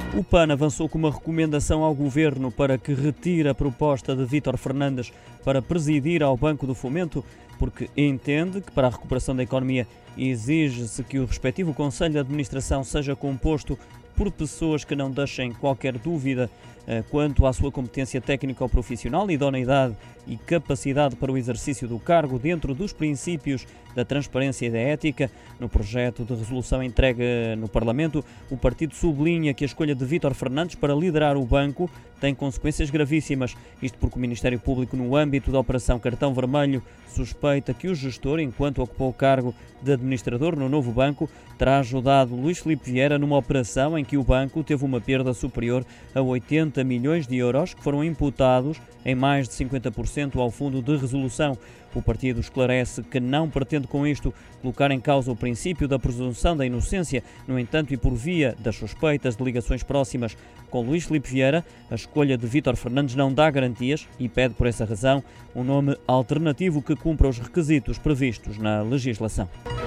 O PAN avançou com uma recomendação ao Governo para que retire a proposta de Vítor Fernandes para presidir ao Banco do Fomento, porque entende que para a recuperação da economia exige-se que o respectivo Conselho de Administração seja composto por pessoas que não deixem qualquer dúvida quanto à sua competência técnico-profissional, idoneidade e capacidade para o exercício do cargo dentro dos princípios da transparência e da ética. No projeto de resolução entregue no Parlamento, o partido sublinha que a escolha de Vítor Fernandes para liderar o banco tem consequências gravíssimas. Isto porque o Ministério Público, no âmbito da Operação Cartão Vermelho, suspeita que o gestor, enquanto ocupou o cargo de administrador no novo banco, terá ajudado Luís Filipe Vieira numa operação em que o banco teve uma perda superior a 80 milhões de euros, que foram imputados em mais de 50% ao Fundo de Resolução. O partido esclarece que não pretende com isto colocar em causa o princípio da presunção da inocência. No entanto, e por via das suspeitas de ligações próximas com Luís Filipe Vieira, a escolha de Vítor Fernandes não dá garantias e pede, por essa razão, um nome alternativo que cumpra os requisitos previstos na legislação.